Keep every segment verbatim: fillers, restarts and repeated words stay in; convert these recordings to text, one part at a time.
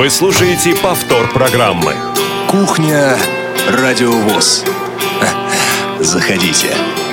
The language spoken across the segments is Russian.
Вы слушаете повтор программы. Кухня Радио ВОС. Заходите.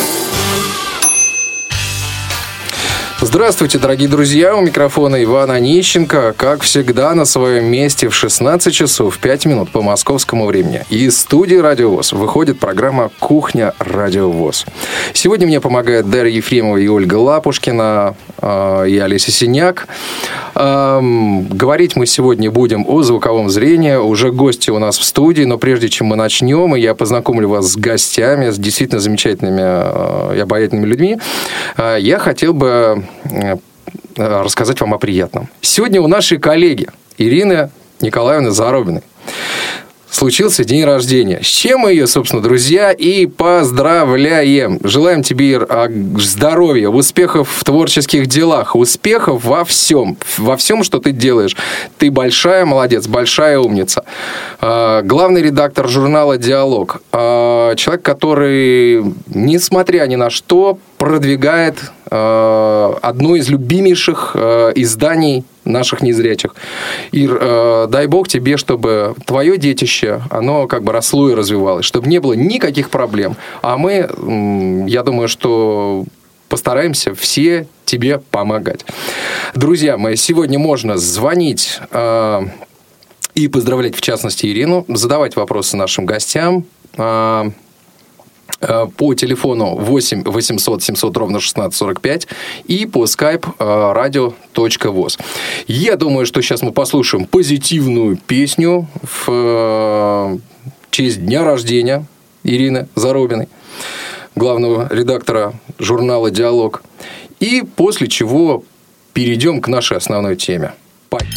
Здравствуйте, дорогие друзья, у микрофона Иван Онищенко, как всегда, на своем месте в шестнадцать часов пять минут по московскому времени. Из студии Радио ВОС выходит программа «Кухня Радио ВОС». Сегодня мне помогают Дарья Ефремова и Ольга Лапушкина, э, и Олеся Синяк. Э, говорить мы сегодня будем о звуковом зрении. Уже гости у нас в студии, но прежде чем мы начнем, и я познакомлю вас с гостями, с действительно замечательными э, и обаятельными людьми, э, я хотел бы рассказать вам о приятном. Сегодня у нашей коллеги Ирины Николаевны Заробиной случился день рождения. С чем мы ее, собственно, друзья, и поздравляем. Желаем тебе, Ир, здоровья, успехов в творческих делах, успехов во всем, во всем, что ты делаешь. Ты большая молодец, большая умница. Главный редактор журнала «Диалог». Человек, который, несмотря ни на что, продвигает одно из любимейших изданий наших незрячих. Ир, дай бог тебе, чтобы твое детище, оно как бы росло и развивалось, чтобы не было никаких проблем. А мы, я думаю, что постараемся все тебе помогать. Друзья мои, сегодня можно звонить э, и поздравлять, в частности, Ирину, задавать вопросы нашим гостям. Э, по телефону восемь восемьсот семьсот ровно шестнадцать сорок пять и по скайп радио точка вос. Я думаю, что сейчас мы послушаем позитивную песню в честь дня рождения Ирины Заробиной, главного редактора журнала «Диалог». И после чего перейдем к нашей основной теме. Поехали.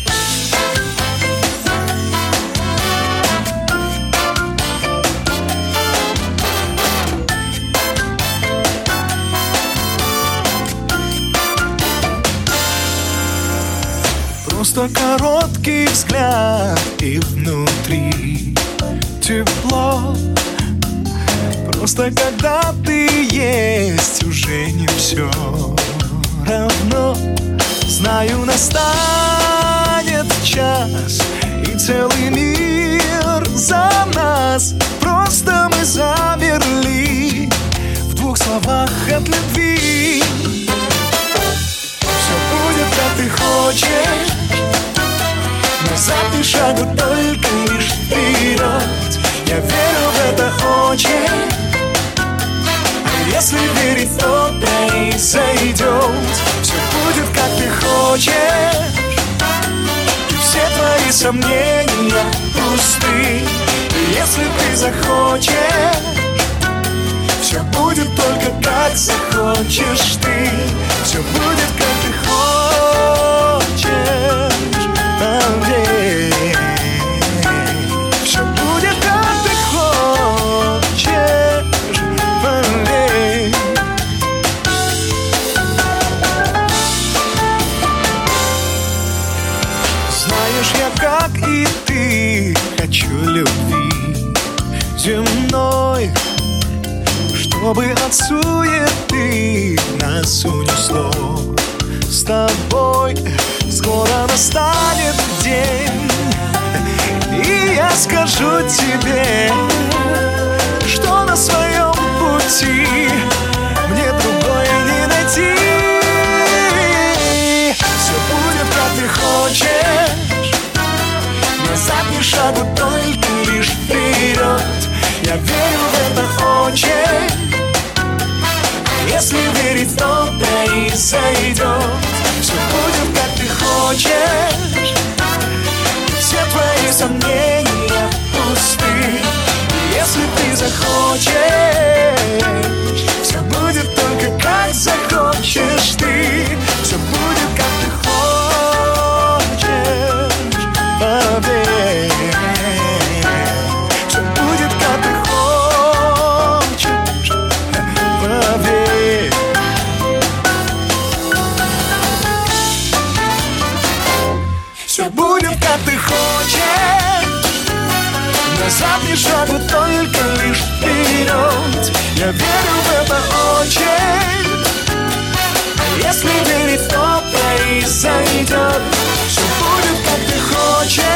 Просто короткий взгляд, и внутри тепло. Просто когда ты есть, уже не все равно. Знаю, настанет час, и целый мир за нас. Просто мы замерли в двух словах от любви. Все будет, как ты хочешь. Назад ни шагу, только лишь вперед. Я верю в это очень. А если верить, то произойдет. Все будет, как ты хочешь. И все твои сомнения пусты. И если ты захочешь, все будет только как захочешь ты. Все будет, как ты хочешь. Поверь. Все будет, как ты хочешь. Поверь. Знаешь, я, как и ты, хочу любви земной, чтобы от суеты нас унесло. С тобой скоро настанет день, и я скажу тебе, что на своем пути мне другой не найти. Все будет, как ты хочешь. Назад ни шагу, только лишь вперед. Я верю в это очень. Если верить, то произойдет. Все будет, как ты хочешь. И все твои сомнения пусты. Если ты захочешь, все будет только как захочешь ты. Все будет, как ты хочешь. Поверь. Все будет, как ты хочешь. Поверь. Все будет, как ты хочешь. Назад ни шагу, только лишь вперед. Я верю в это очень. Если верить, то произойдет. Все будет, как ты хочешь.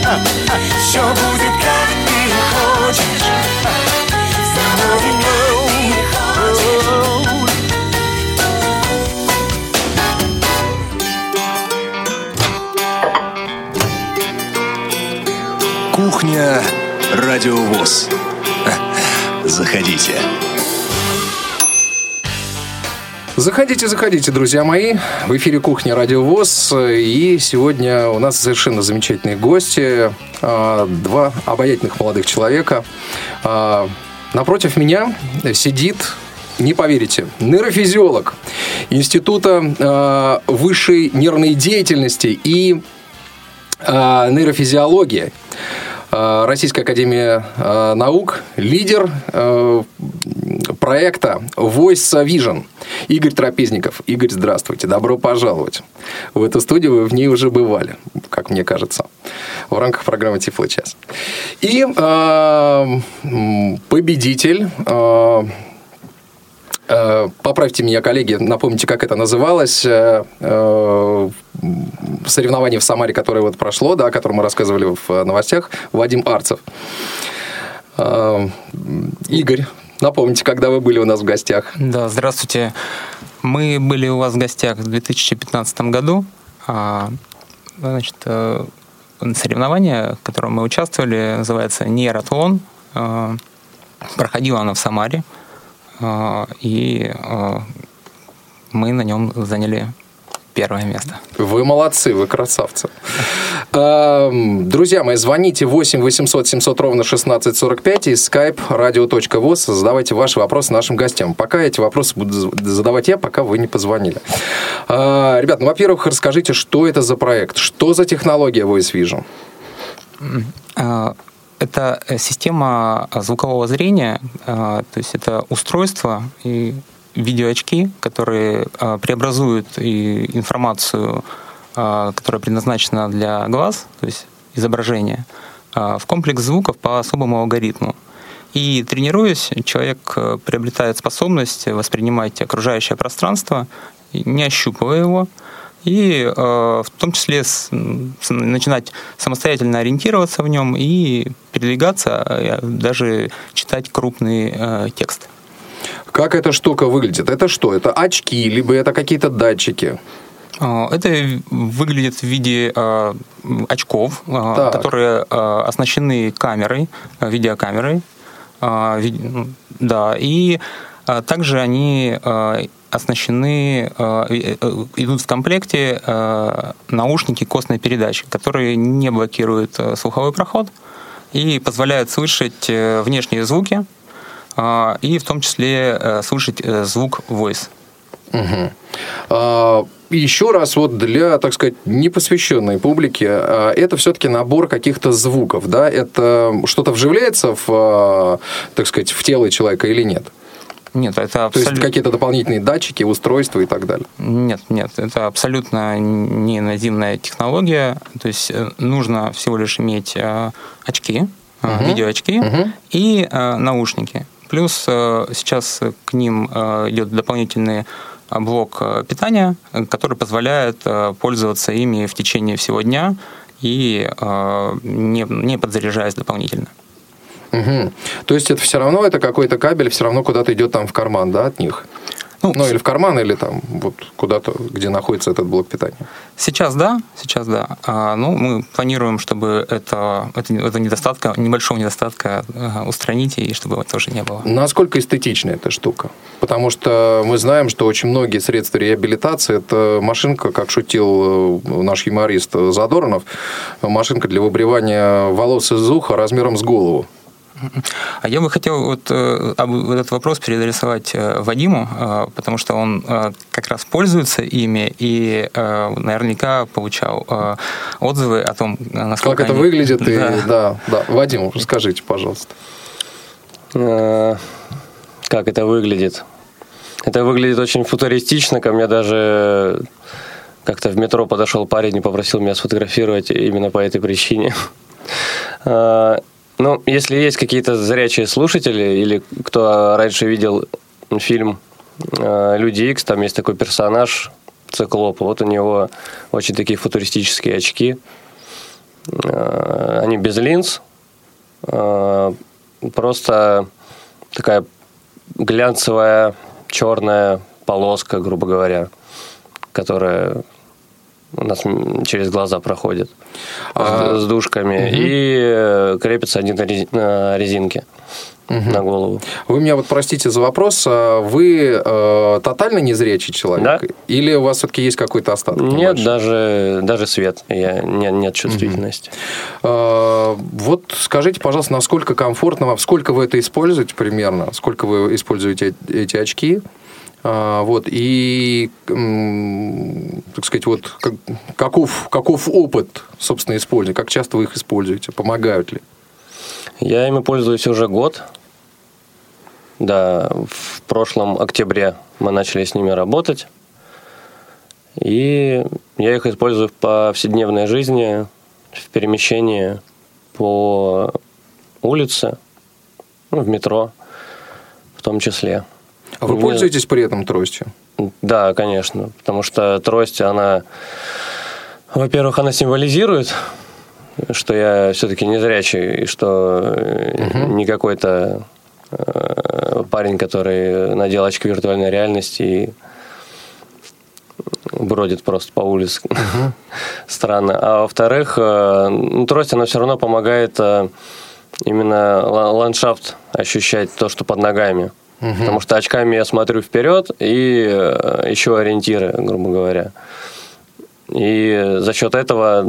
Все будет как ты хочешь. Кухня Радио ВОС. Заходите. Заходите, заходите, друзья мои. В эфире «Кухня Радио ВОС». И сегодня у нас совершенно замечательные гости. Два обаятельных молодых человека. Напротив меня сидит, не поверите, нейрофизиолог Института высшей нервной деятельности и нейрофизиологии Российской академии наук, лидер проекта Voice Vision Игорь Трапезников. Игорь, здравствуйте, добро пожаловать в эту студию. Вы в ней уже бывали, как мне кажется, в рамках программы «Тифло час». И э, победитель, э, э, поправьте меня, коллеги, напомните, как это называлось, э, э, соревнование в Самаре, которое вот прошло, да, о котором мы рассказывали в новостях, Вадим Арцев. Э, Игорь, напомните, когда вы были у нас в гостях. Да, здравствуйте. Мы были у вас в гостях в две тысячи пятнадцатом году. Значит, соревнование, в котором мы участвовали, называется нейроатлон. Проходило оно в Самаре. И мы на нем заняли первое место. Вы молодцы, вы красавцы. Друзья мои, звоните восемь восемьсот семьсот ровно шестнадцать сорок пять и skype radio точка voz. Задавайте ваши вопросы нашим гостям. Пока эти вопросы буду задавать я, пока вы не позвонили. Ребят, ну, во-первых, расскажите, что это за проект? Что за технология Voice Vision? Это система звукового зрения, то есть это устройство и видеоочки, которые преобразуют информацию, которая предназначена для глаз, то есть изображение, в комплекс звуков по особому алгоритму. И тренируясь, человек приобретает способность воспринимать окружающее пространство, не ощупывая его, и в том числе начинать самостоятельно ориентироваться в нем и передвигаться, даже читать крупный текст. Как эта штука выглядит? Это что? Это очки, либо это какие-то датчики? Это выглядит в виде э, очков, э, которые э, оснащены камерой, видеокамерой. Э, ви, да, и э, также они э, оснащены, э, идут в комплекте э, наушники костной передачи, которые не блокируют э, слуховой проход и позволяют слышать э, внешние звуки, э, и в том числе э, слышать э, звук voice. Угу. А, еще раз, вот для, так сказать, непосвященной публики, это все-таки набор каких-то звуков, да? Это что-то вживляется в, так сказать, в тело человека или нет? Нет, это абсолютно... То есть какие-то дополнительные датчики, устройства и так далее? Нет, нет, это абсолютно неинвазивная технология. То есть нужно всего лишь иметь очки, uh-huh. видеоочки uh-huh. и наушники. Плюс сейчас к ним идет дополнительный блок питания, который позволяет пользоваться ими в течение всего дня и не, не подзаряжаясь дополнительно. Угу. То есть это все равно, это какой-то кабель, все равно куда-то идет там в карман, да, от них? Ну, ну, или в карман, или там вот куда-то, где находится этот блок питания. Сейчас да, сейчас да. А, ну, мы планируем, чтобы это, это, это недостатка, небольшого недостатка устранить, и чтобы его тоже не было. Насколько эстетична эта штука? Потому что мы знаем, что очень многие средства реабилитации, это машинка, как шутил наш юморист Задорнов, машинка для выбривания волос из уха размером с голову. А я бы хотел вот э, этот вопрос переадресовать э, Вадиму, э, потому что он э, как раз пользуется ими и э, наверняка получал э, отзывы о том, насколько как это они... выглядит. Да. И, да, да. Вадим, расскажите, пожалуйста. Как это выглядит? Это выглядит очень футуристично. Ко мне даже как-то в метро подошел парень и попросил меня сфотографировать именно по этой причине. Ну, если есть какие-то зрячие слушатели, или кто раньше видел фильм «Люди Икс», там есть такой персонаж, Циклоп, вот у него очень такие футуристические очки. Они без линз. Просто такая глянцевая черная полоска, грубо говоря, которая у нас через глаза проходит а... с дужками. Угу. И крепятся они на резинке. Угу. На голову. Вы меня вот простите за вопрос. Вы э, тотально незрячий человек? Да. Или у вас все-таки есть какой-то остаток? Нет, даже, даже свет. Я, нет, нет чувствительности. Угу. Э, вот скажите, пожалуйста, насколько комфортно вам, сколько вы это используете примерно? Сколько вы используете эти очки? Э, вот, и, э, так сказать, вот как, каков, каков опыт, собственно, использования? Как часто вы их используете? Помогают ли? Я ими пользуюсь уже год. Да, в прошлом октябре мы начали с ними работать. И я их использую в повседневной жизни, в перемещении по улице, ну, в метро в том числе. А вы Мне... пользуетесь при этом тростью? Да, конечно. Потому что трость, она, во-первых, она символизирует, что я все-таки незрячий, и что uh-huh. не какой-то э, парень, который надел очки виртуальной реальности и бродит просто по улице. Uh-huh. Странно. А во-вторых, э, ну, трость, она все равно помогает э, именно ландшафт ощущать, то, что под ногами. Uh-huh. Потому что очками я смотрю вперед и э, ищу ориентиры, грубо говоря. И за счет этого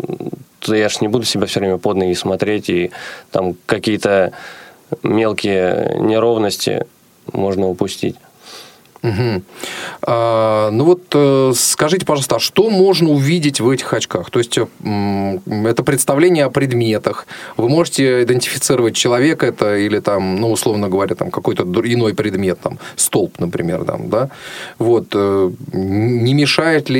я ж не буду себя все время под ноги смотреть, и там какие-то мелкие неровности можно упустить. Угу. А, ну вот э, скажите, пожалуйста, а что можно увидеть в этих очках? То есть э, это представление о предметах. Вы можете идентифицировать человека это или там, ну условно говоря, там какой-то иной предмет, там столб, например, там, да? Вот э, не мешает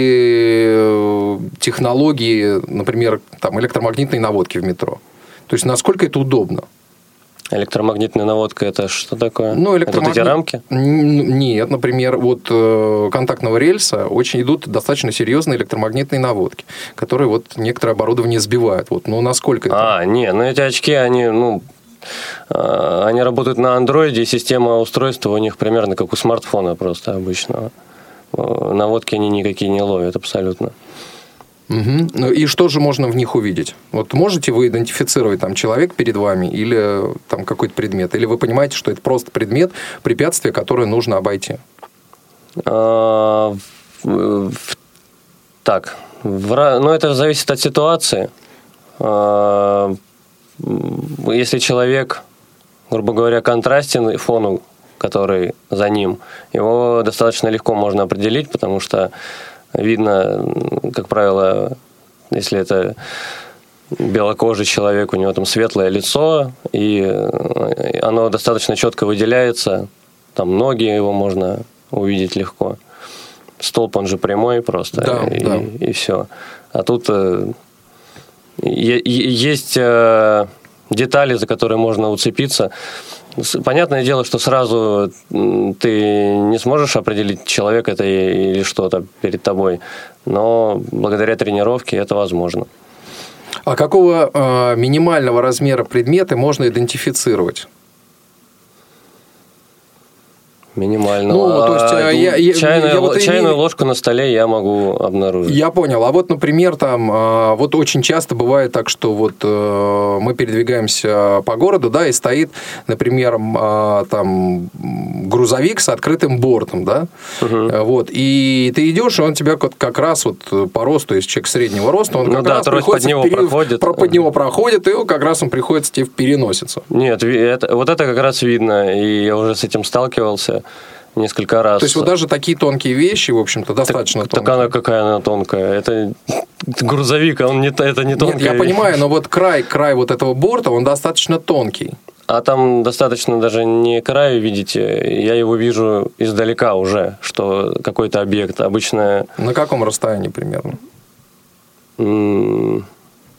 ли технологии, например, там электромагнитной наводки в метро? То есть насколько это удобно? Электромагнитная наводка – это что такое? Ну, электромагнит... Это эти рамки? Нет, например, от э, контактного рельса очень идут достаточно серьезные электромагнитные наводки, которые вот некоторое оборудование сбивают. Вот, ну, насколько это... А, нет, ну, эти очки, они, ну, э, они работают на андроиде, и система устройства у них примерно как у смартфона просто обычного. Наводки они никакие не ловят абсолютно. Угу. Ну, и что же можно в них увидеть? Вот можете вы идентифицировать там человек перед вами или там какой-то предмет? Или вы понимаете, что это просто предмет, препятствие, которое нужно обойти? А, в, в, так, в, ну это зависит от ситуации. А, если человек, грубо говоря, контрастен фону, который за ним, его достаточно легко можно определить, потому что видно, как правило, если это белокожий человек, у него там светлое лицо, и оно достаточно четко выделяется. Там ноги его можно увидеть легко. Столб, он же прямой просто, да, и, да. и все. А тут э, есть э, детали, за которые можно уцепиться. Понятное дело, что сразу ты не сможешь определить, человек это или что-то перед тобой, но благодаря тренировке это возможно. А какого э, минимального размера предметы можно идентифицировать? Минимального. Ну, то есть, а, я, я, чайную я вот чайную имею... ложку на столе я могу обнаружить. Я понял. А вот, например, там, вот очень часто бывает так, что вот мы передвигаемся по городу, да, и стоит, например, там грузовик с открытым бортом, да, угу. Вот, и ты идешь, и он тебя как раз вот по росту, то есть человек среднего роста, он ну как да, раз под него пере... проходит. под него проходит, и как раз он приходится тебе в переносицу. Нет, это, вот это как раз видно, и я уже с этим сталкивался несколько раз. То есть, вот даже такие тонкие вещи, в общем-то, достаточно так, тонкие. Так она какая она тонкая? Это, это грузовик, а он не, это не тонкая. Нет, я вещь. понимаю, но вот край, край вот этого борта, он достаточно тонкий. А там достаточно даже не край, видите, я его вижу издалека уже, что какой-то объект. Обычно... На каком расстоянии примерно? М-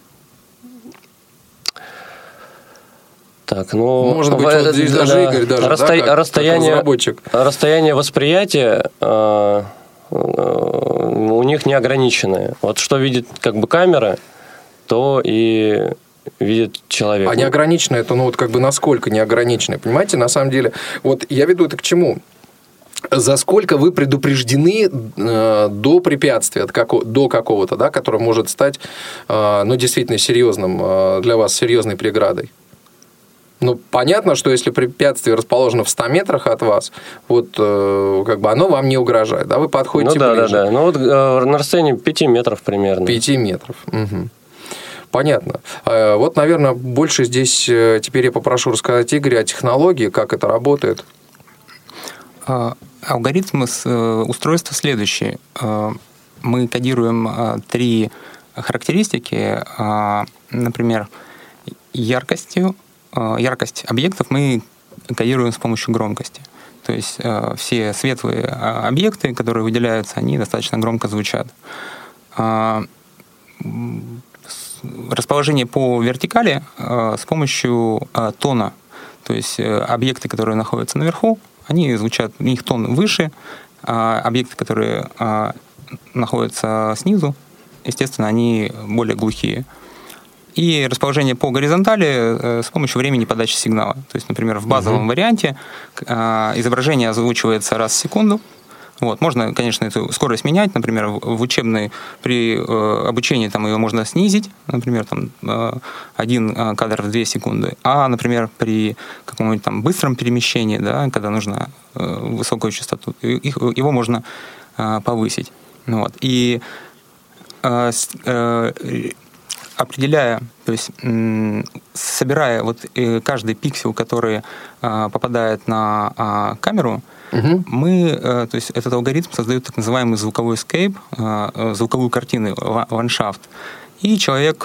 Так, ну, может быть, вот здесь даже да, Игорь даже, расто... да, как, расстояние, как разработчик. Расстояние восприятия э, э, у них неограниченное. Вот что видит как бы камера, то и видит человек. А неограниченно это, ну вот как бы насколько неограниченно, понимаете, на самом деле, вот я веду это к чему? За сколько вы предупреждены э, до препятствия, от како- до какого-то, да, которое может стать, э, ну, действительно серьезным, э, для вас серьезной преградой? Ну, понятно, что если препятствие расположено в ста метрах от вас, вот э, как бы оно вам не угрожает, да, вы подходите ну, да, ближе. Да, да, ну вот э, на расстоянии пяти метров примерно. Пяти метров, угу. Понятно. Вот, наверное, больше здесь теперь я попрошу рассказать Игоря о технологии, как это работает. Алгоритм устройства следующий. Мы кодируем три характеристики, например, яркостью. Яркость объектов мы кодируем с помощью громкости. То есть все светлые объекты, которые выделяются, они достаточно громко звучат. Расположение по вертикали с помощью тона. То есть объекты, которые находятся наверху, они звучат, у них тон выше, а объекты, которые находятся снизу, естественно, они более глухие. И расположение по горизонтали с помощью времени подачи сигнала. То есть, например, в базовом uh-huh. варианте изображение озвучивается раз в секунду. Вот. Можно, конечно, эту скорость менять. Например, в учебной при э, обучении там, ее можно снизить. Например, там, э, один кадр в две секунды. А, например, при каком-нибудь там быстром перемещении, да, когда нужно э, высокую частоту, их, его можно э, повысить. Вот. И э, э, определяя, то есть э, собирая вот, э, каждый пиксель, который э, попадает на э, камеру, Угу. мы, то есть этот алгоритм создает так называемый звуковой скейп, звуковую картину, ландшафт, и человек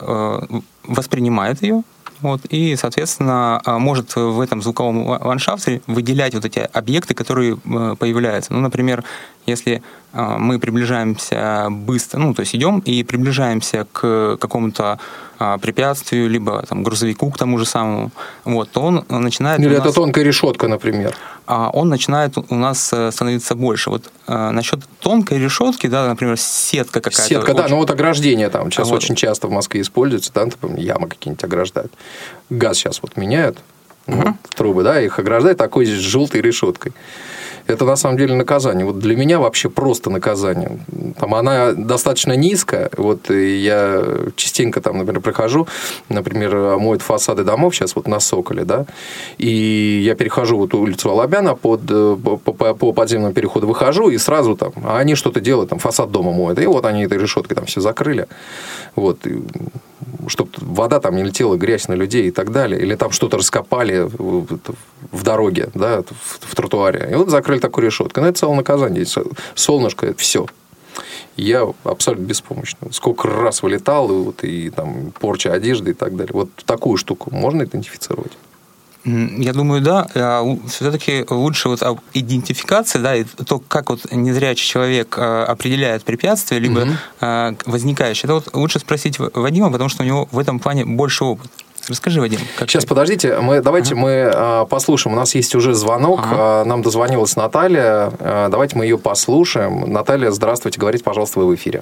воспринимает ее, вот, и, соответственно, может в этом звуковом ландшафте выделять вот эти объекты, которые появляются. Ну, например, если мы приближаемся быстро, ну, то есть идем и приближаемся к какому-то препятствию, либо там, грузовику к тому же самому, вот, то он начинает... Или у это нас... тонкая решетка, например. он начинает у нас становиться больше. Вот э, насчет тонкой решетки, да, например, сетка какая-то. Сетка, очень... да, ну вот ограждение там сейчас а очень вот. часто в Москве используется, да, там ямы какие-нибудь ограждают. Газ сейчас вот меняют, uh-huh. вот, трубы, да, их ограждают такой желтой решеткой. Это на самом деле наказание. Вот для меня вообще просто наказание. Там она достаточно низкая. Вот я частенько там, например, прохожу, например, моют фасады домов сейчас вот на Соколе, да, и я перехожу вот улицу Алабяна под, по, по, по подземному переходу выхожу, и сразу там, а они что-то делают, там фасад дома моют, и вот они этой решеткой там все закрыли. Вот. Чтобы вода там не летела, грязь на людей и так далее. Или там что-то раскопали в дороге, да, в, в тротуаре. И вот закрыли такую решетку. Ну, это целое наказание. Солнышко, это все. Я абсолютно беспомощный. Сколько раз вылетал, и, вот, и там порча одежды и так далее. Вот такую штуку можно идентифицировать? Я думаю, да. Все-таки лучше вот идентификация, да, и то, как вот незрячий человек определяет препятствия, либо угу. возникающие. Это вот лучше спросить Вадима, потому что у него в этом плане больше опыт. Расскажи, Вадим. Как Сейчас, ты? подождите, мы, давайте ага. мы а, послушаем. У нас есть уже звонок. Ага. Нам дозвонилась Наталья. А, давайте мы ее послушаем. Наталья, здравствуйте. Говорите, пожалуйста, вы в эфире.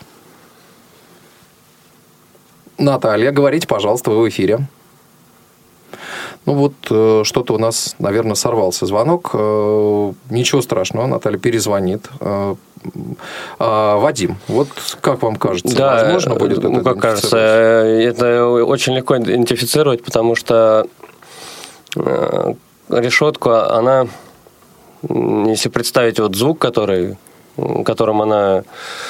Наталья, говорите, пожалуйста, вы в эфире. Ну вот, что-то у нас, наверное, сорвался звонок. Ничего страшного, Наталья перезвонит. Вадим, вот как вам кажется, да, возможно будет это ну, как кажется, это очень легко идентифицировать, потому что решетка, она, если представить вот звук, который, которым она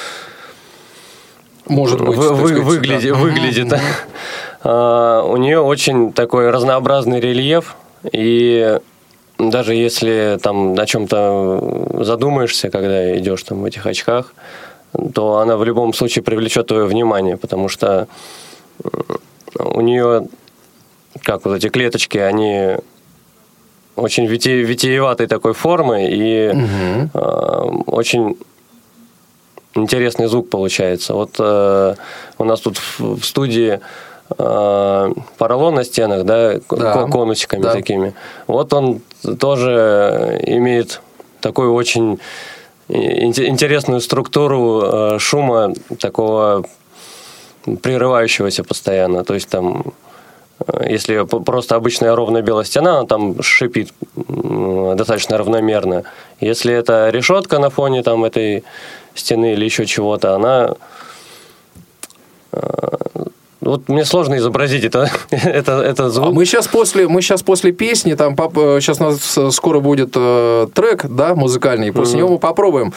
может быть, вы, сказать, выглядит, да. выглядит а, у нее очень такой разнообразный рельеф, и даже если там о чем-то задумаешься, когда идешь там в этих очках, то она в любом случае привлечет твое внимание, потому что у нее, как вот эти клеточки, они очень вити- витиеватой такой формы, и угу. а, очень интересный звук получается. Вот э, у нас тут в, в студии э, поролон на стенах, да, да. конусиками да. такими. Вот он тоже имеет такую очень интересную структуру э, шума, такого прерывающегося постоянно. То есть там, если просто обычная ровная белая стена, она там шипит достаточно равномерно. Если это решетка на фоне там этой стены или еще чего-то, она... Вот мне сложно изобразить это, это, это звук. А мы сейчас после, мы сейчас после песни, там сейчас у нас скоро будет э, трек, да, музыкальный, и после mm-hmm. него мы попробуем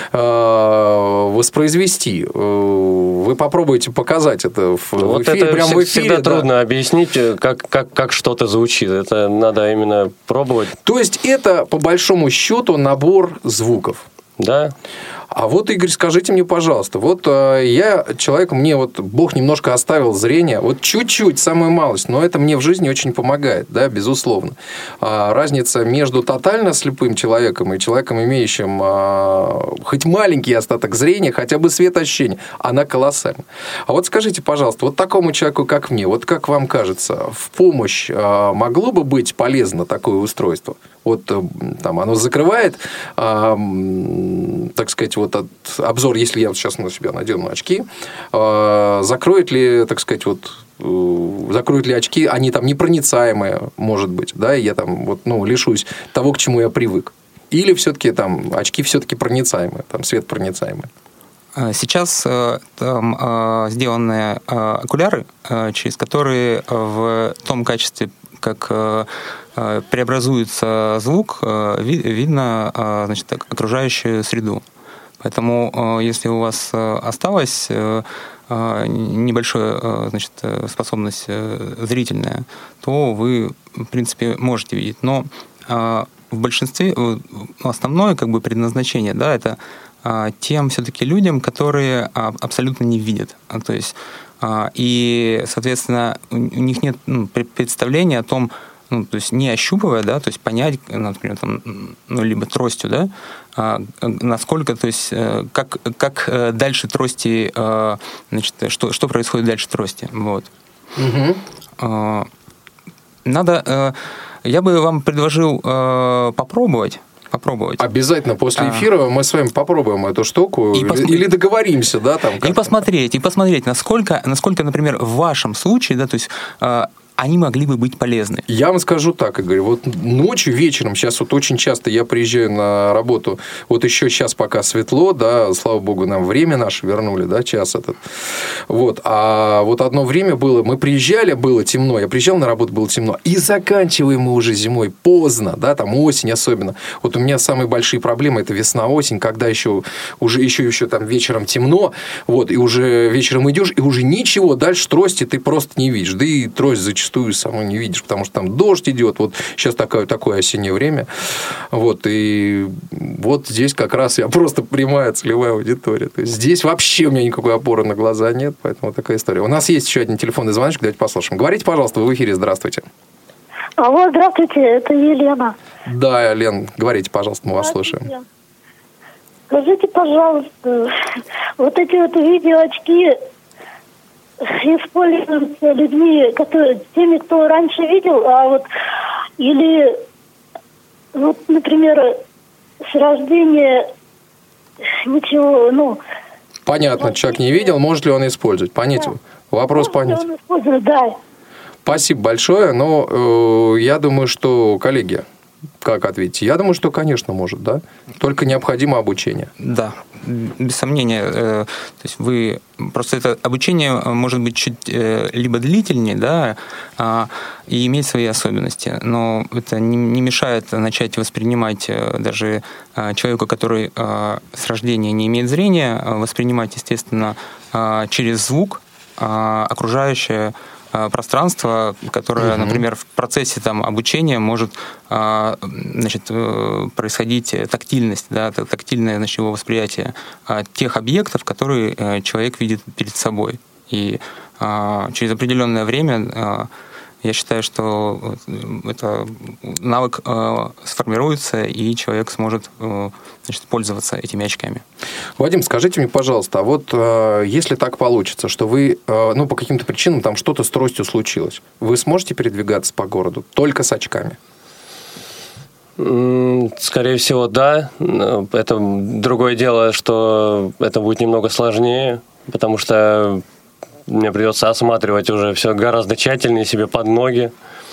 э, воспроизвести. Вы попробуете показать это в, вот в эфире, это прямо в эфире. Всегда да. трудно объяснить, как, как, как что-то звучит. Это надо именно пробовать. То есть это, по большому счету, набор звуков. Да. А вот, Игорь, скажите мне, пожалуйста, вот э, я человек, мне вот Бог немножко оставил зрение, вот чуть-чуть, самую малость, но это мне в жизни очень помогает, да, безусловно. А разница между тотально слепым человеком и человеком, имеющим а, хоть маленький остаток зрения, хотя бы светоощущения, она колоссальна. А вот скажите, пожалуйста, вот такому человеку, как мне, вот как вам кажется, в помощь а, могло бы быть полезно такое устройство? Вот там оно закрывает, а, так сказать, вот от обзор, если я вот сейчас на себя надену очки, а, закроет ли, так сказать, вот закроют ли очки, они там непроницаемые, может быть, да, и я там вот, ну, лишусь того, к чему я привык. Или все-таки там очки все-таки проницаемые, там свет проницаемый. Сейчас там сделаны окуляры, через которые в том качестве, как преобразуется звук, видно, значит, окружающую среду. Поэтому, если у вас осталась небольшая, значит, способность зрительная, то вы, в принципе, можете видеть. Но в большинстве основное как бы предназначение, да, это тем все-таки людям, которые абсолютно не видят. То есть, и, соответственно, у них нет, ну, представления о том, ну, то есть не ощупывая, да, то есть понять, например, там, ну, либо тростью, да, а, насколько, то есть как, как дальше трости, а, значит, что, что происходит дальше трости, вот. Угу. А, надо, а, я бы вам предложил а, попробовать, попробовать. Обязательно после эфира а... мы с вами попробуем эту штуку и или, пос... или договоримся, да, там. И посмотреть, и посмотреть, насколько, насколько, например, в вашем случае, да, то есть а, они могли бы быть полезны. Я вам скажу так, Игорь, вот ночью, вечером, сейчас вот очень часто я приезжаю на работу, вот еще сейчас пока светло, да, слава богу, нам время наше вернули, да, час этот, вот, а вот одно время было, мы приезжали, было темно, я приезжал на работу, было темно, и заканчиваем мы уже зимой поздно, да, там осень особенно, вот у меня самые большие проблемы, это весна-осень, когда еще, уже, еще, еще там вечером темно, вот, и уже вечером идешь, и уже ничего дальше трости ты просто не видишь, да и трость зачастую зачастую самой не видишь, потому что там дождь идет, вот сейчас такое, такое осеннее время, вот, и вот здесь как раз я просто прямая целевая аудитория, то есть здесь вообще у меня никакой опоры на глаза нет, поэтому такая история. У нас есть еще один телефонный звоночек, давайте послушаем. Говорите, пожалуйста, вы в эфире, здравствуйте. Алло, здравствуйте, это Елена. Да, Лен, говорите, пожалуйста, мы вас слушаем. Скажите, пожалуйста, вот эти вот видеоочки используются людьми, которые, теми, кто раньше видел, а вот или вот, например, с рождения ничего, ну... Понятно, человек не видел, может ли он использовать? Понять, да. Вопрос понять. Он использует, да. Спасибо большое, но э, я думаю, что, коллеги, как ответить? Я думаю, что, конечно, может, да? Только необходимо обучение. Да, без сомнения. То есть вы просто это обучение может быть чуть либо длительнее, да, и иметь свои особенности, но это не, не мешает начать воспринимать даже человеку, который с рождения не имеет зрения, воспринимать, естественно, через звук окружающее пространство, которое, uh-huh. например, в процессе там, обучения может значит, происходить тактильность, да, тактильное, значит, его восприятие тех объектов, которые человек видит перед собой. И через определенное время я считаю, что это навык сформируется, и человек сможет, значит, пользоваться этими очками. Вадим, скажите мне, пожалуйста, а вот если так получится, что вы, ну, по каким-то причинам там что-то с тростью случилось, вы сможете передвигаться по городу только с очками? Скорее всего, да. Это другое дело, что это будет немного сложнее, потому что мне придется осматривать уже все гораздо тщательнее себе под ноги.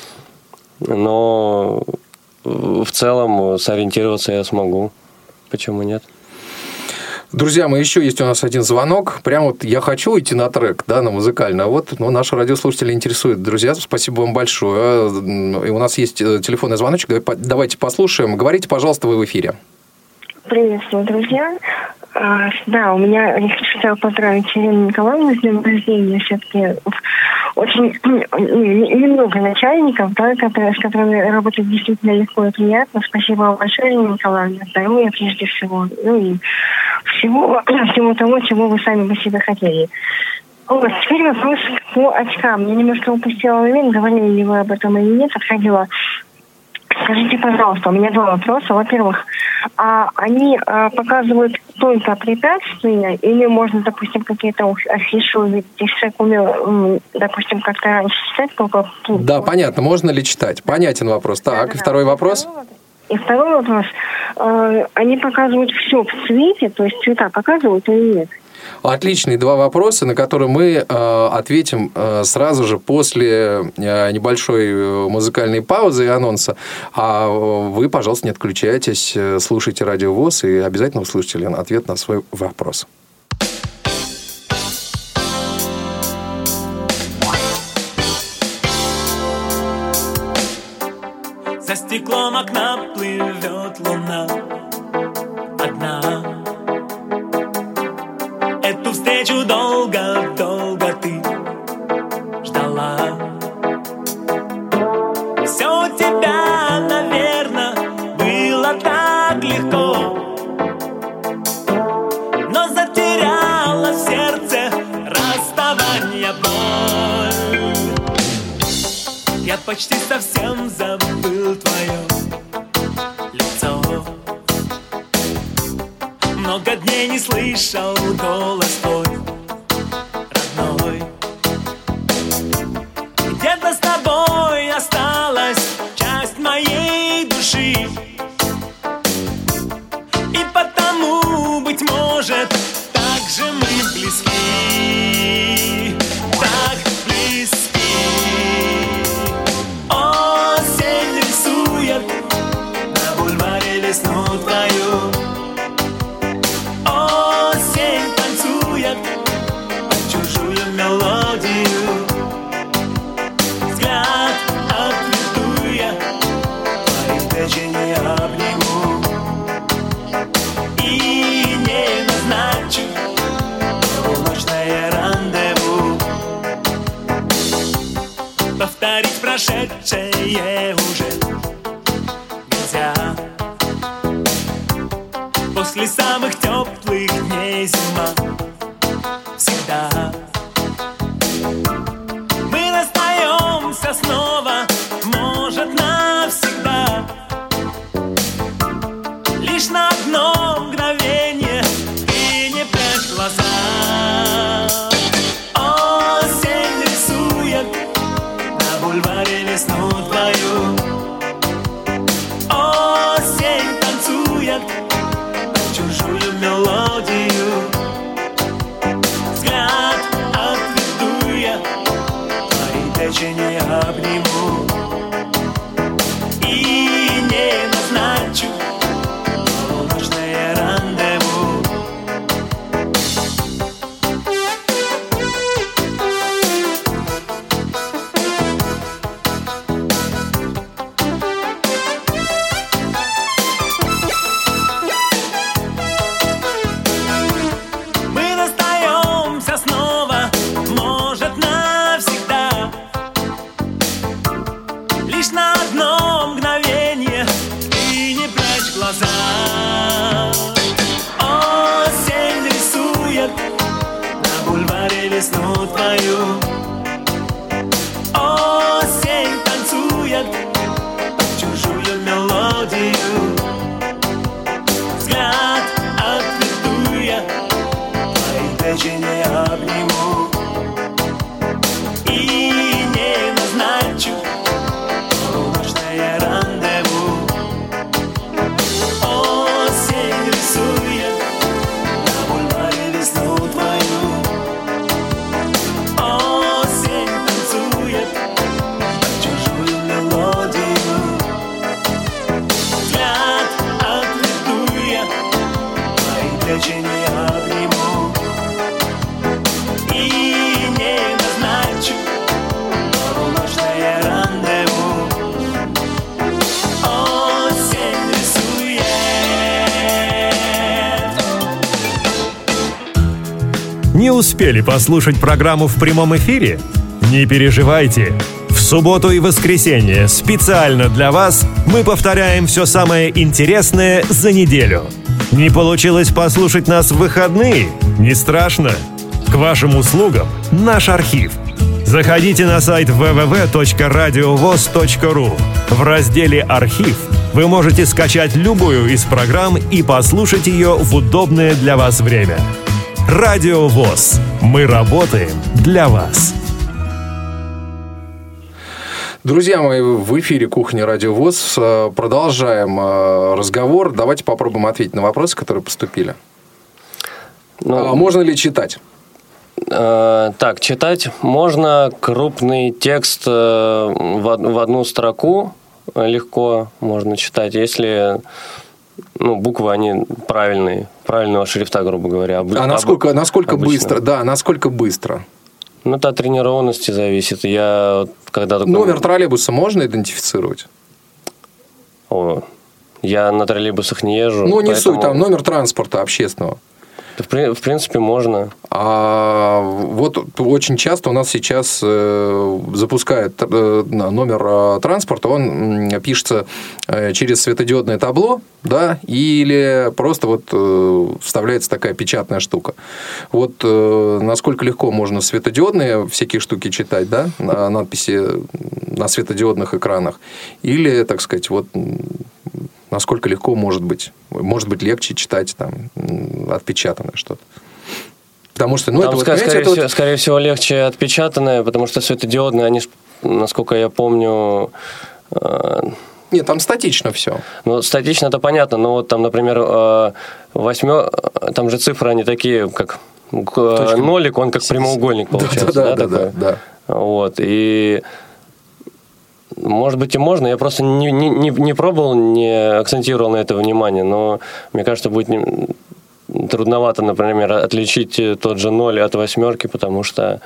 Но в целом сориентироваться я смогу. Почему нет? Друзья, мы еще есть у нас один звонок. Прям вот я хочу идти на трек, да, на музыкальный. А вот ну, наши радиослушатели интересуют. Друзья, спасибо вам большое. И у нас есть телефонный звоночек. Давайте послушаем. Говорите, пожалуйста, вы в эфире. Приветствую, друзья. А, да, у меня, я хотела поздравить Елену Николаевну с днем рождения. Все-таки очень немного начальников, да, которые, с которыми работать действительно легко и приятно. Спасибо вам большое, Елена Николаевна. Здоровья прежде всего. Ну и всего, всего того, чего вы сами бы себе хотели. Вот, теперь вопрос по очкам. Я немножко упустила момент, говорили ли вы об этом или нет, отходила. Скажите, пожалуйста, у меня два вопроса. Во-первых, а они а, показывают только препятствия или можно, допустим, какие-то афиши увидеть, если человек умел, допустим, как-то раньше читать, только... Да, понятно, можно ли читать? Понятен вопрос. Так, да, и второй да. вопрос? И второй вопрос. А, они показывают все в цвете, то есть цвета показывают или нет? Отличные два вопроса, на которые мы э, ответим э, сразу же после э, небольшой музыкальной паузы и анонса. А вы, пожалуйста, не отключайтесь, слушайте Радио ВОС и обязательно услышите, Лена, ответ на свой вопрос. За стеклом окна плывет луна одна. Эту встречу долго-долго ты ждала. Все у тебя, наверное, было так легко, но затеряла в сердце расставание боль. Я почти совсем забыл твое лицо. Много дней не слышал голос твой родной. Где-то с тобой осталась часть моей души, и потому, быть может, так же мы близки, так близки. Осень рисует на бульваре весну твою. Осень танцует под чужую мелодию. Взгляд отведу я, твои плечи не обниму и не назначу полуночное рандеву. Повторить прошедшее уже нельзя. После самых теплых дней зима всегда. Мы расстаемся снова, может, навсегда. Лишь на одно мгновение ты не прячь глаза. Осень рисует на бульваре весну твою. Осень танцует чужую мелодию. Взгляд отведу я, твои плечи не обниму и не назначу полуночное рандеву. Осень рисует на бульваре весну твою. Осень танцует под чужую мелодию. Взгляд отведу я, твои плечи не обниму и не назначу полуночное рандеву. Осень рисует на бульваре весну твою. Не успели послушать программу в прямом эфире? Не переживайте. В субботу и воскресенье специально для вас мы повторяем все самое интересное за неделю. Не получилось послушать нас в выходные? Не страшно. К вашим услугам наш архив. Заходите на сайт дабл ю дабл ю дабл ю точка радиовос точка ру. В разделе «Архив» вы можете скачать любую из программ и послушать ее в удобное для вас время. Радио ВОС. Мы работаем для вас. Друзья мои, в эфире «Кухня Радио ВОС». Продолжаем разговор. Давайте попробуем ответить на вопросы, которые поступили. Ну, а можно ли читать? Э, так, читать можно крупный текст в, в одну строку легко можно читать, если ну, буквы, они правильные, правильного шрифта, грубо говоря. Об, а насколько, об, насколько обычно. быстро? Да, насколько быстро? Ну, это от тренированности зависит. Я когда такой... Номер троллейбуса можно идентифицировать? О, я на троллейбусах не езжу. Ну, не поэтому... суть, там номер транспорта общественного. В, в принципе, можно. А вот очень часто у нас сейчас э, запускают э, номер э, транспорта, он э, пишется э, через светодиодное табло, да, или просто вот э, вставляется такая печатная штука. Вот э, насколько легко можно светодиодные всякие штуки читать, да, на надписи на светодиодных экранах, или, так сказать, вот... Насколько легко может быть? Может быть, легче читать там отпечатанное что-то. Потому что, ну, там, это вот, скорее, это всего, вот... скорее всего, легче отпечатанное, потому что светодиодные, они, насколько я помню... Э... Нет, там статично все. Ну, статично это понятно, но вот там, например, э, восьмё... там же цифры, они такие, как Точка. Нолик, он как прямоугольник получается. Да, да, да, да, такой? да, да. Вот, и... Может быть, и можно. Я просто не, не, не пробовал, не акцентировал на это внимание, но мне кажется, будет не, трудновато, например, отличить тот же ноль от восьмерки, потому что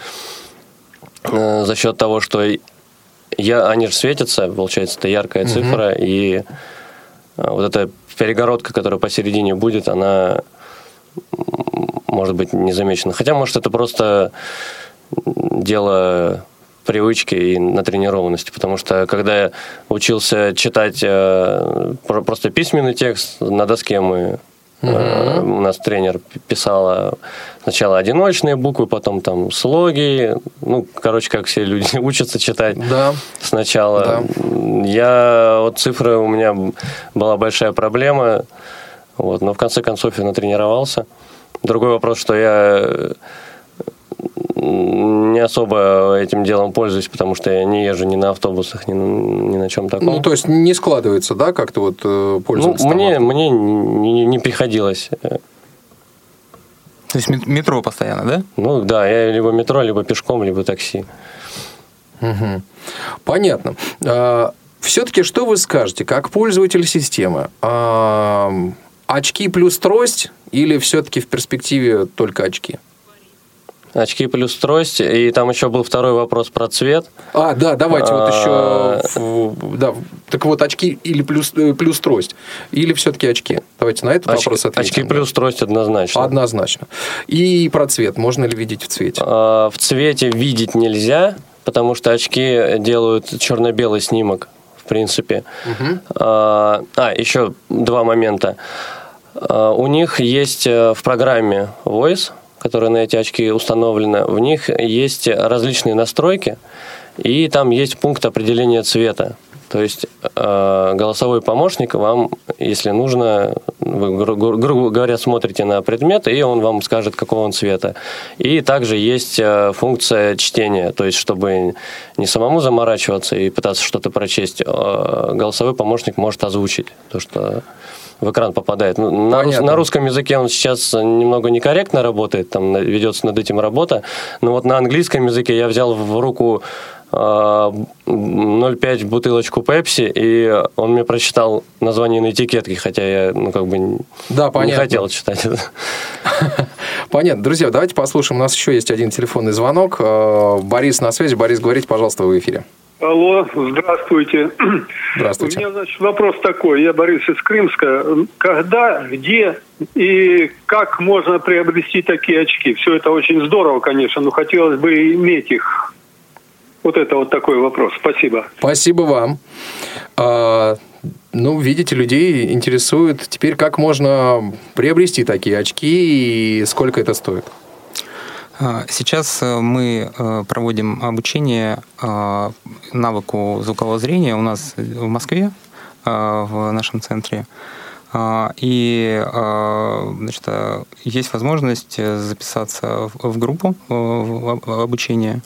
э, за счет того, что я, они же светятся, получается, это яркая цифра, угу. и э, вот эта перегородка, которая посередине будет, она может быть не замечена. Хотя, может, это просто дело... привычки и натренированности, потому что когда я учился читать э, просто письменный текст, на доске мы, э, uh-huh. у нас тренер писала сначала одиночные буквы, потом там слоги, ну, короче, как все люди учатся читать да. сначала. Да. Я, вот цифры, у меня была большая проблема, вот, но в конце концов я натренировался. Другой вопрос, что я... не особо этим делом пользуюсь, потому что я не езжу ни на автобусах, ни на, ни на чем таком. Ну, то есть, не складывается, да, как-то вот пользоваться? Ну, мне, мне не, не приходилось. То есть, метро постоянно, да? Ну, да, я либо метро, либо пешком, либо такси. Угу. Понятно. А, все-таки что вы скажете, как пользователь системы? А, очки плюс трость или все-таки в перспективе только очки? Очки плюс трость. И там еще был второй вопрос про цвет. А, да, давайте вот еще... Да, так вот, очки или плюс, плюс трость? Или все-таки очки? Давайте на этот очки, вопрос ответим. Очки плюс трость однозначно. Однозначно. И про цвет. Можно ли видеть в цвете? В цвете видеть нельзя, потому что очки делают черно-белый снимок, в принципе. Угу. А, еще два момента. У них есть в программе Voice, которые на эти очки установлены, в них есть различные настройки, и там есть пункт определения цвета. То есть э, голосовой помощник вам, если нужно, вы, гру- грубо говоря, смотрите на предмет, и он вам скажет, какого он цвета. И также есть э, функция чтения, то есть чтобы не самому заморачиваться и пытаться что-то прочесть, э, голосовой помощник может озвучить то, что... в экран попадает. На, рус, на русском языке он сейчас немного некорректно работает, там ведется над этим работа, но вот на английском языке я взял в руку э, ноль пять бутылочку Пепси, и он мне прочитал название на этикетке, хотя я ну, как бы да, не хотел читать это. Понятно. Друзья, давайте послушаем. У нас еще есть один телефонный звонок. Борис на связи. Борис, говорите, пожалуйста, в эфире. Алло, здравствуйте. Здравствуйте. У меня, значит, вопрос такой. Я Борис из Крымска. Когда, где и как можно приобрести такие очки? Все это очень здорово, конечно, но хотелось бы иметь их. Вот это вот такой вопрос. Спасибо. Спасибо вам. А, ну, видите, людей интересует теперь, как можно приобрести такие очки и сколько это стоит. Сейчас мы проводим обучение навыку звукового зрения у нас в Москве, в нашем центре. И, значит, есть возможность записаться в группу в обучение.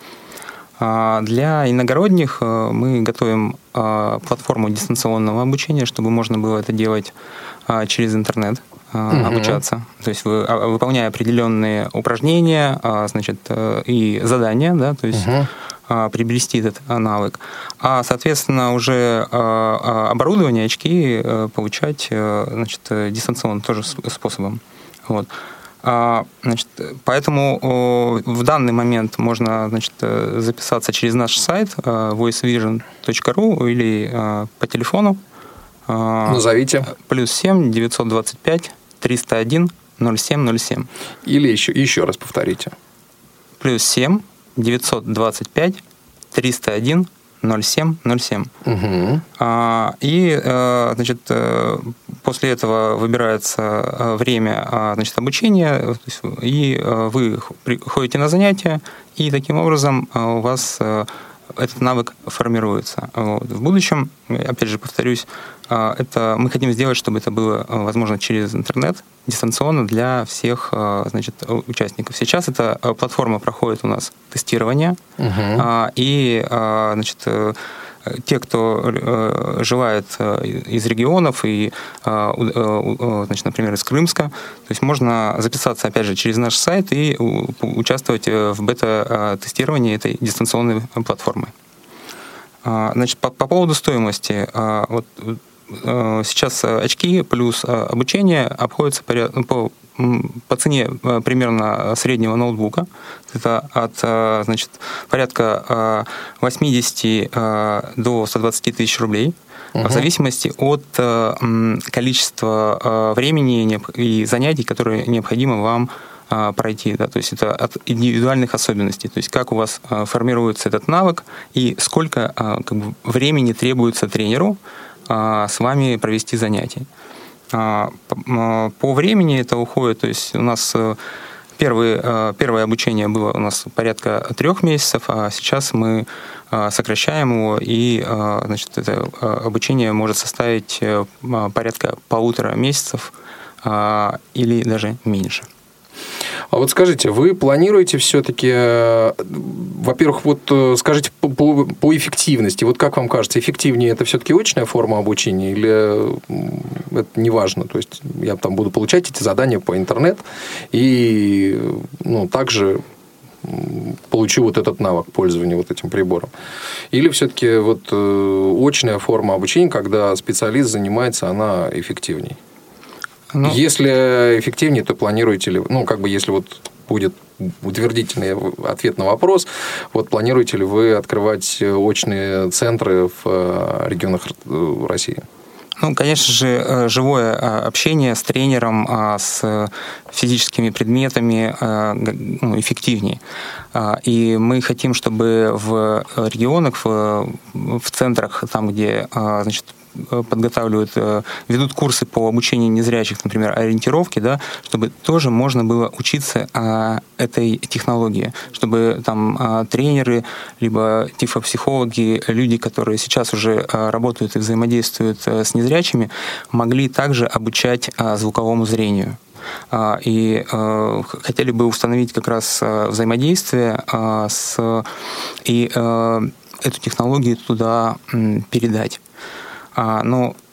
Для иногородних мы готовим платформу дистанционного обучения, чтобы можно было это делать через интернет. Uh-huh. обучаться. То есть вы, выполняя определенные упражнения, значит, и задания, да, то есть uh-huh. приобрести этот навык. А, соответственно, уже оборудование, очки получать, значит, дистанционно тоже способом. Вот. Значит, поэтому в данный момент можно, значит, записаться через наш сайт voice vision точка ру или по телефону. Назовите. Плюс семь девятьсот двадцать пять триста один ноль семь ноль семь. Или еще, еще раз повторите. Плюс семь девятьсот двадцать пять триста один ноль семь ноль семь. Угу. А, и, значит, после этого выбирается время, значит, обучения, и вы ходите на занятия, и таким образом у вас этот навык формируется. Вот. В будущем, опять же, повторюсь, это мы хотим сделать, чтобы это было возможно через интернет, дистанционно для всех, значит, участников. Сейчас эта платформа проходит у нас тестирование, uh-huh. и, значит, те, кто желает из регионов и, значит, например, из Крымска, то есть можно записаться, опять же, через наш сайт и участвовать в бета-тестировании этой дистанционной платформы. Значит, по, по поводу стоимости. Вот сейчас очки плюс обучение обходятся по, по цене примерно среднего ноутбука. Это от, значит, порядка восемьдесят до ста двадцати тысяч рублей. Uh-huh. В зависимости от количества времени и занятий, которые необходимо вам пройти, да, то есть это от индивидуальных особенностей, то есть как у вас формируется этот навык и сколько, как бы, времени требуется тренеру с вами провести занятия. По времени это уходит, то есть у нас первые, первое обучение было у нас порядка трех месяцев, а сейчас мы сокращаем его, и, значит, это обучение может составить порядка полутора месяцев или даже меньше. А вот скажите, вы планируете все-таки, во-первых, вот скажите по, по, по эффективности, вот как вам кажется, эффективнее это все-таки очная форма обучения или это не важно? То есть я там буду получать эти задания по интернету и, ну, также получу вот этот навык пользования вот этим прибором. Или все-таки вот очная форма обучения, когда специалист занимается, она эффективней? Ну, если эффективнее, то планируете ли, ну, как бы, если вот будет утвердительный ответ на вопрос, вот планируете ли вы открывать очные центры в регионах России? Ну, конечно же, живое общение с тренером, с физическими предметами, ну, эффективнее. И мы хотим, чтобы в регионах, в, в центрах, там, где, значит, подготавливают, ведут курсы по обучению незрячих, например, ориентировки, да, чтобы тоже можно было учиться а, этой технологии, чтобы там а, тренеры, либо тифлопсихологи, люди, которые сейчас уже а, работают и взаимодействуют а, с незрячими, могли также обучать а, звуковому зрению. А, и а, хотели бы установить как раз а, взаимодействие а, с, и а, эту технологию туда м, передать. Но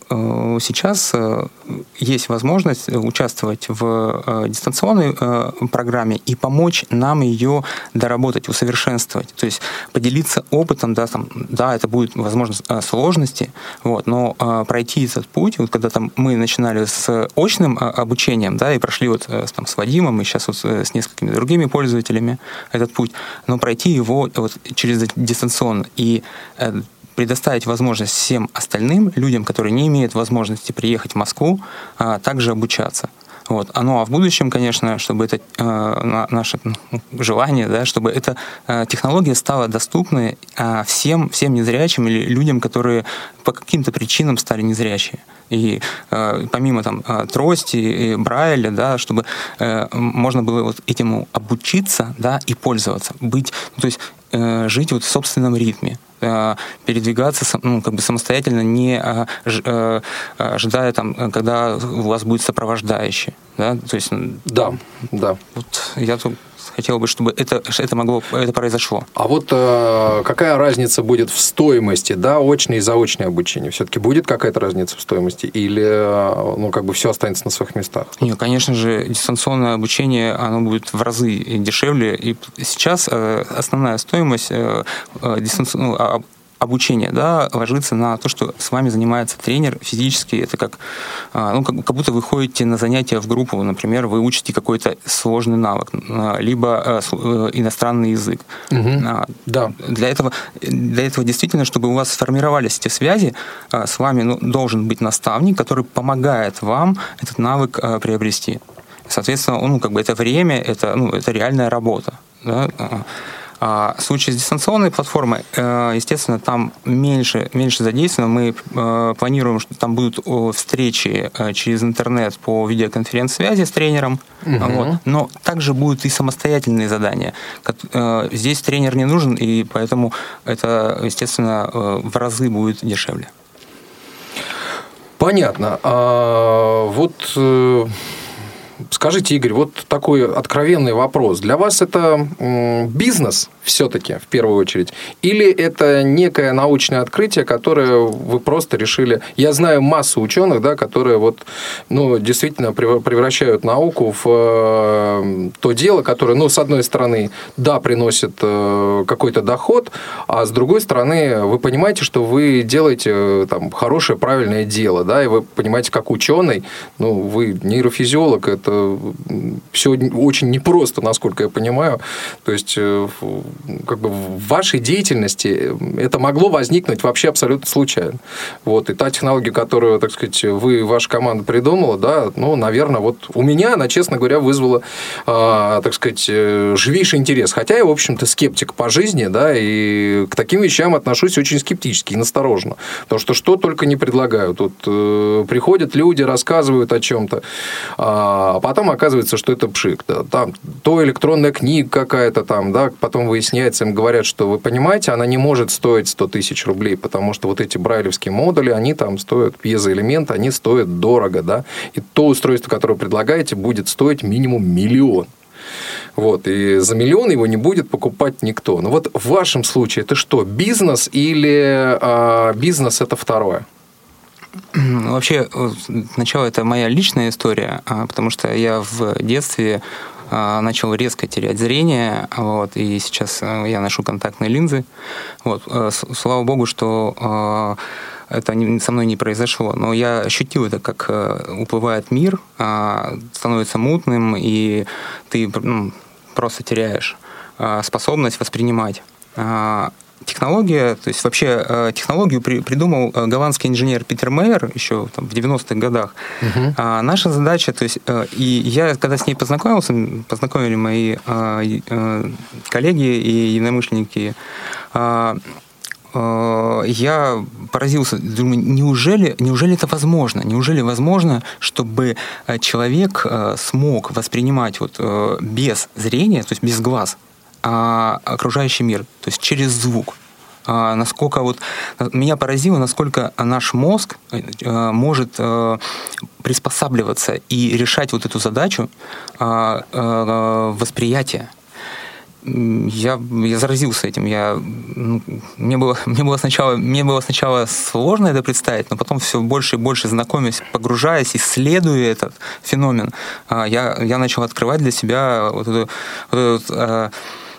сейчас есть возможность участвовать в дистанционной программе и помочь нам ее доработать, усовершенствовать. То есть поделиться опытом, да, там, да, это будет, возможно, сложности, вот, но пройти этот путь, вот когда там мы начинали с очным обучением, да, и прошли вот там, с Вадимом, и сейчас вот с несколькими другими пользователями этот путь, но пройти его вот через дистанционно и предоставить возможность всем остальным людям, которые не имеют возможности приехать в Москву, также обучаться. Вот. Ну а в будущем, конечно, чтобы это э, наше желание, да, чтобы эта э, технология стала доступной э, всем, всем незрячим или людям, которые по каким-то причинам стали незрячие. И э, помимо там трости и Брайля, да, чтобы э, можно было вот этому обучиться, да, и пользоваться, быть, ну, то есть э, жить вот в собственном ритме, э, передвигаться, ну, как бы самостоятельно, не э, э, ожидая там, когда у вас будет сопровождающий, да, то есть. Да, да. Вот я тут хотел бы, чтобы это, это могло, это произошло. А вот э, какая разница будет в стоимости, да, очное и заочное обучение? Все-таки будет какая-то разница в стоимости или, ну, как бы все останется на своих местах? Нет, конечно же, дистанционное обучение, оно будет в разы дешевле. И сейчас э, основная стоимость э, дистанционного обучение, да, ложится на то, что с вами занимается тренер физически. Это как, ну, как, как будто вы ходите на занятия в группу, например, вы учите какой-то сложный навык, либо иностранный язык. Угу. Да. Для этого, для этого действительно, чтобы у вас сформировались эти связи, с вами, ну, должен быть наставник, который помогает вам этот навык приобрести. Соответственно, ну, как бы это время, это, ну, это реальная работа. Да? А в случае с дистанционной платформой, естественно, там меньше, меньше задействовано. Мы планируем, что там будут встречи через интернет по видеоконференц-связи с тренером. Угу. Вот. Но также будут и самостоятельные задания. Здесь тренер не нужен, и поэтому это, естественно, в разы будет дешевле. Понятно. А вот... Скажите, Игорь, вот такой откровенный вопрос. Для вас это бизнес все-таки, в первую очередь? Или это некое научное открытие, которое вы просто решили... Я знаю массу ученых, да, которые вот, ну, действительно превращают науку в то дело, которое, ну, с одной стороны, да, приносит какой-то доход, а с другой стороны, вы понимаете, что вы делаете там хорошее, правильное дело, да, и вы понимаете, как ученый, ну, вы нейрофизиолог, это Это все очень непросто, насколько я понимаю. То есть, как бы в вашей деятельности это могло возникнуть вообще абсолютно случайно. Вот. И та технология, которую, так сказать, вы, ваша команда придумала, да, ну, наверное, вот у меня она, честно говоря, вызвала, э, так сказать, живейший интерес. Хотя я, в общем-то, скептик по жизни, да, и к таким вещам отношусь очень скептически и настороженно. Потому что что только не предлагают. Тут э, приходят люди, рассказывают о чем-то, а потом оказывается, что это пшик. Да, там то электронная книга какая-то там, да, потом выясняется, им говорят, что вы понимаете, она не может стоить сто тысяч рублей, потому что вот эти брайлевские модули, они там стоят, пьезоэлементы, они стоят дорого, да, и то устройство, которое вы предлагаете, будет стоить минимум миллион. Вот, и за миллион его не будет покупать никто. Но вот в вашем случае это что, бизнес или а, бизнес это второе? Вообще, сначала это моя личная история, потому что я в детстве начал резко терять зрение, вот, и сейчас я ношу контактные линзы. Вот, слава богу, что это со мной не произошло, но я ощутил это, как уплывает мир, становится мутным, и ты, ну, просто теряешь способность воспринимать. Технология, то есть вообще технологию при, придумал голландский инженер Питер Мейер еще там, в девяностых годах. Uh-huh. А наша задача, то есть, и я когда с ней познакомился, познакомили мои коллеги и единомышленники, я поразился, думаю, неужели, неужели это возможно? Неужели возможно, чтобы человек смог воспринимать вот без зрения, то есть без глаз, окружающий мир, то есть через звук? Насколько вот меня поразило, насколько наш мозг может приспосабливаться и решать вот эту задачу восприятия. я, я заразился этим. Я, ну, мне, было, мне, было сначала, мне было сначала сложно это представить, но потом все больше и больше знакомясь, погружаясь, исследуя этот феномен, я, я начал открывать для себя вот эту, вот эту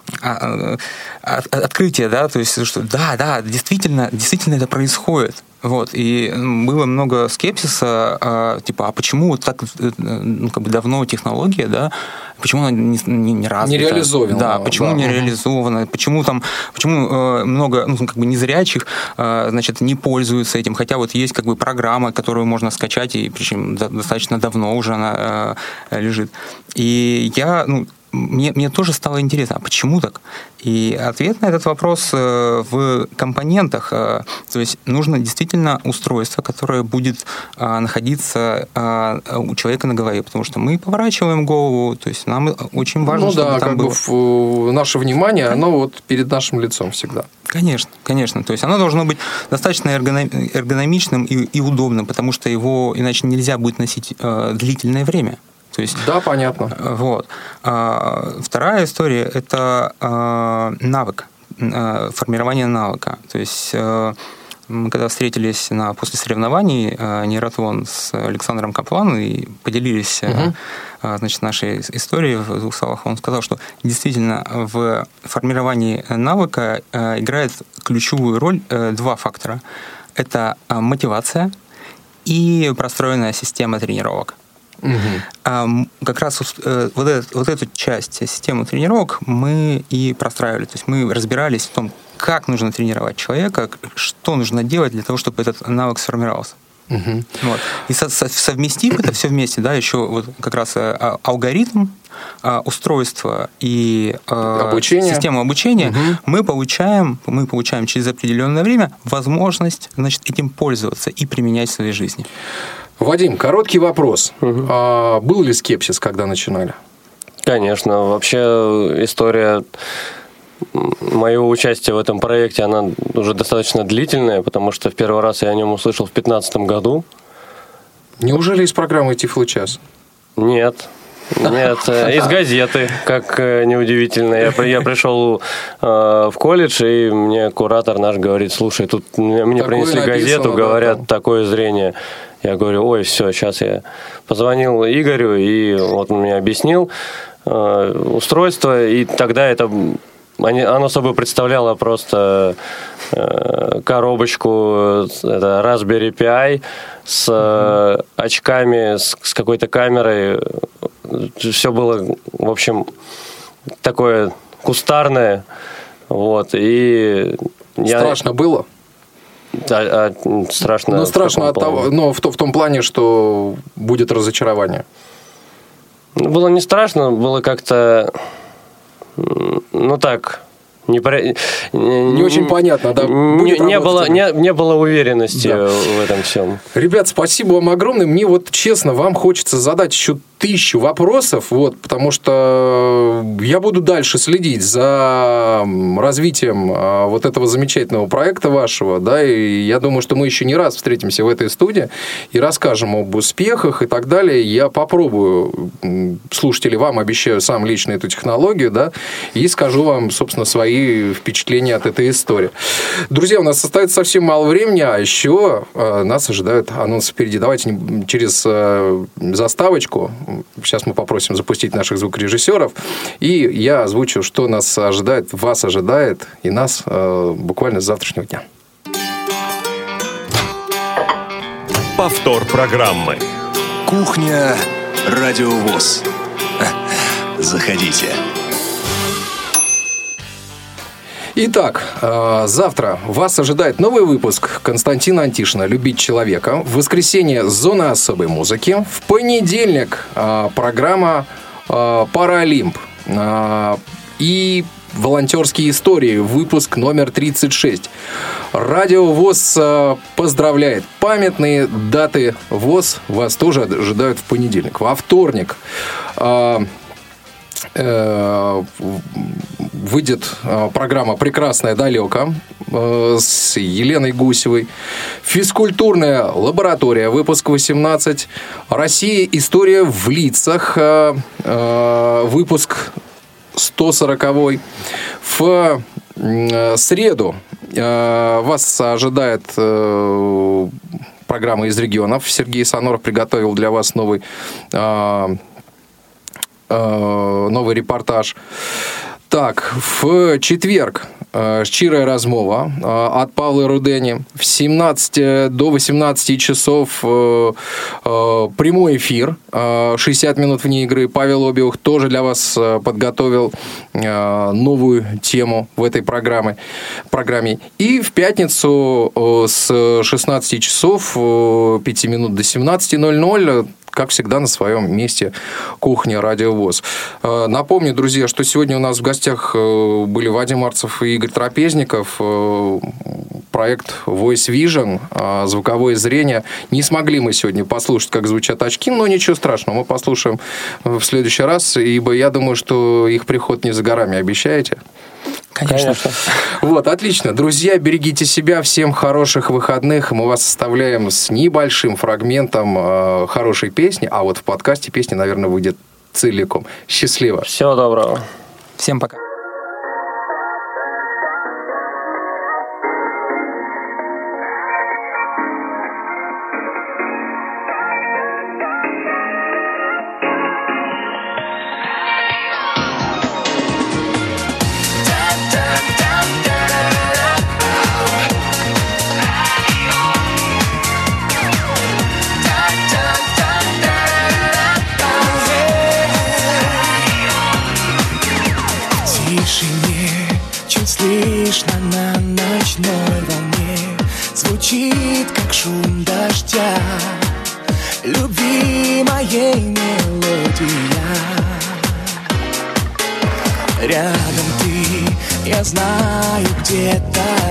открытие, да, то есть, что да, да, действительно, действительно это происходит. Вот, и было много скепсиса, а, типа, а почему вот так, ну, как бы давно технология, да, почему она не, не, не развита? Не реализована. Да, почему да. не реализована, почему там, почему э, много, ну, как бы незрячих, э, значит, не пользуются этим, хотя вот есть, как бы, программа, которую можно скачать, и причем достаточно давно уже она э, лежит. И я, ну, Мне, мне тоже стало интересно, а почему так? И ответ на этот вопрос в компонентах. То есть нужно действительно устройство, которое будет находиться у человека на голове, потому что мы поворачиваем голову, то есть нам очень важно, ну, чтобы да, там как было... бы наше внимание, оно вот перед нашим лицом всегда. Конечно, конечно. То есть оно должно быть достаточно эргономичным и, и удобным, потому что его иначе нельзя будет носить длительное время. То есть, да, понятно. Вот. Вторая история – это навык, формирование навыка. То есть мы когда встретились на, после соревнований нейроатлон с Александром Капланом и поделились угу. значит, нашей историей в двух словах, он сказал, что действительно в формировании навыка играет ключевую роль два фактора. Это мотивация и простроенная система тренировок. Угу. Как раз вот, этот, вот эту часть системы тренировок мы и простраивали. То есть мы разбирались в том, как нужно тренировать человека, что нужно делать для того, чтобы этот навык сформировался. Угу. Вот. И со- со- совместив это все вместе, да, еще вот как раз алгоритм, устройство и обучение. Систему обучения, угу. мы получаем, мы получаем через определенное время возможность, значит, этим пользоваться и применять в своей жизни. Вадим, короткий вопрос. Угу. А был ли скепсис, когда начинали? Конечно. Вообще история моего участия в этом проекте, она уже достаточно длительная, потому что в первый раз я о нем услышал в две тысячи пятнадцатом году. Неужели из программы «Тифло-час»? Нет. Нет, из газеты, как неудивительно. Я, я пришел э, в колледж, и мне куратор наш говорит: слушай, тут мне такое принесли написано, газету, говорят, да, такое зрение. Я говорю: ой, все, сейчас я позвонил Игорю, и вот он мне объяснил э, устройство, и тогда это... Оно собой представляло просто э, коробочку, это Raspberry Pi с э, очками, с, с какой-то камерой. Все было, в общем, такое кустарное. Вот, и страшно я... было? А, а, страшно. Ну, страшно от того, но в, в том плане, что будет разочарование. Было не страшно, было как-то... Ну так, не, не, не очень понятно, да? Не, не, было, не, не было уверенности, да, в этом всем. Ребят, спасибо вам огромное. Мне вот честно, вам хочется задать еще тысячу вопросов, вот, потому что я буду дальше следить за развитием вот этого замечательного проекта вашего, да, и я думаю, что мы еще не раз встретимся в этой студии и расскажем об успехах и так далее. Я попробую, слушатели, вам обещаю сам лично эту технологию, да, и скажу вам, собственно, свои впечатления от этой истории. Друзья, у нас остается совсем мало времени, а еще нас ожидают анонсы впереди. Давайте через заставочку. Сейчас мы попросим запустить наших звукорежиссеров. И я озвучу, что нас ожидает, вас ожидает и нас э, буквально с завтрашнего дня. Повтор программы. Кухня Радио ВОС. Заходите. Итак, завтра вас ожидает новый выпуск Константина Антишина «Любить человека». В воскресенье «Зона особой музыки». В понедельник программа «Паралимп». И волонтерские истории. Выпуск номер тридцать шесть. Радио ВОС поздравляет. Памятные даты ВОС вас тоже ожидают в понедельник. Во вторник выйдет программа «Прекрасное далеко» с Еленой Гусевой. Физкультурная лаборатория, выпуск восемнадцать. Россия. История в лицах, выпуск сто сороковой. В среду вас ожидает программа «Из регионов». Сергей Саноров приготовил для вас новый, новый репортаж. Так, в четверг «Щирая размова» от Павла Рудени. В семнадцать до восемнадцати часов прямой эфир, шестьдесят минут вне игры. Павел Обиух тоже для вас подготовил новую тему в этой программе. программе. И в пятницу с шестнадцати часов, пяти минут до семнадцати ноль-ноль, как всегда, на своем месте «Кухня Радио ВОС». Напомню, друзья, что сегодня у нас в гостях были Вадим Арцев и Игорь Трапезников. Проект Voice Vision, звуковое зрение. Не смогли мы сегодня послушать, как звучат очки, но ничего страшного, мы послушаем в следующий раз, ибо я думаю, что их приход не за горами. Обещаете? Конечно. Конечно. Вот, отлично. Друзья, берегите себя. Всем хороших выходных. Мы вас оставляем с небольшим фрагментом э, хорошей песни. А вот в подкасте песня, наверное, выйдет целиком. Счастливо. Всего доброго. Всем пока. Слышно на ночной волне, звучит, как шум дождя, любви моей мелодия. Рядом ты, я знаю, где-то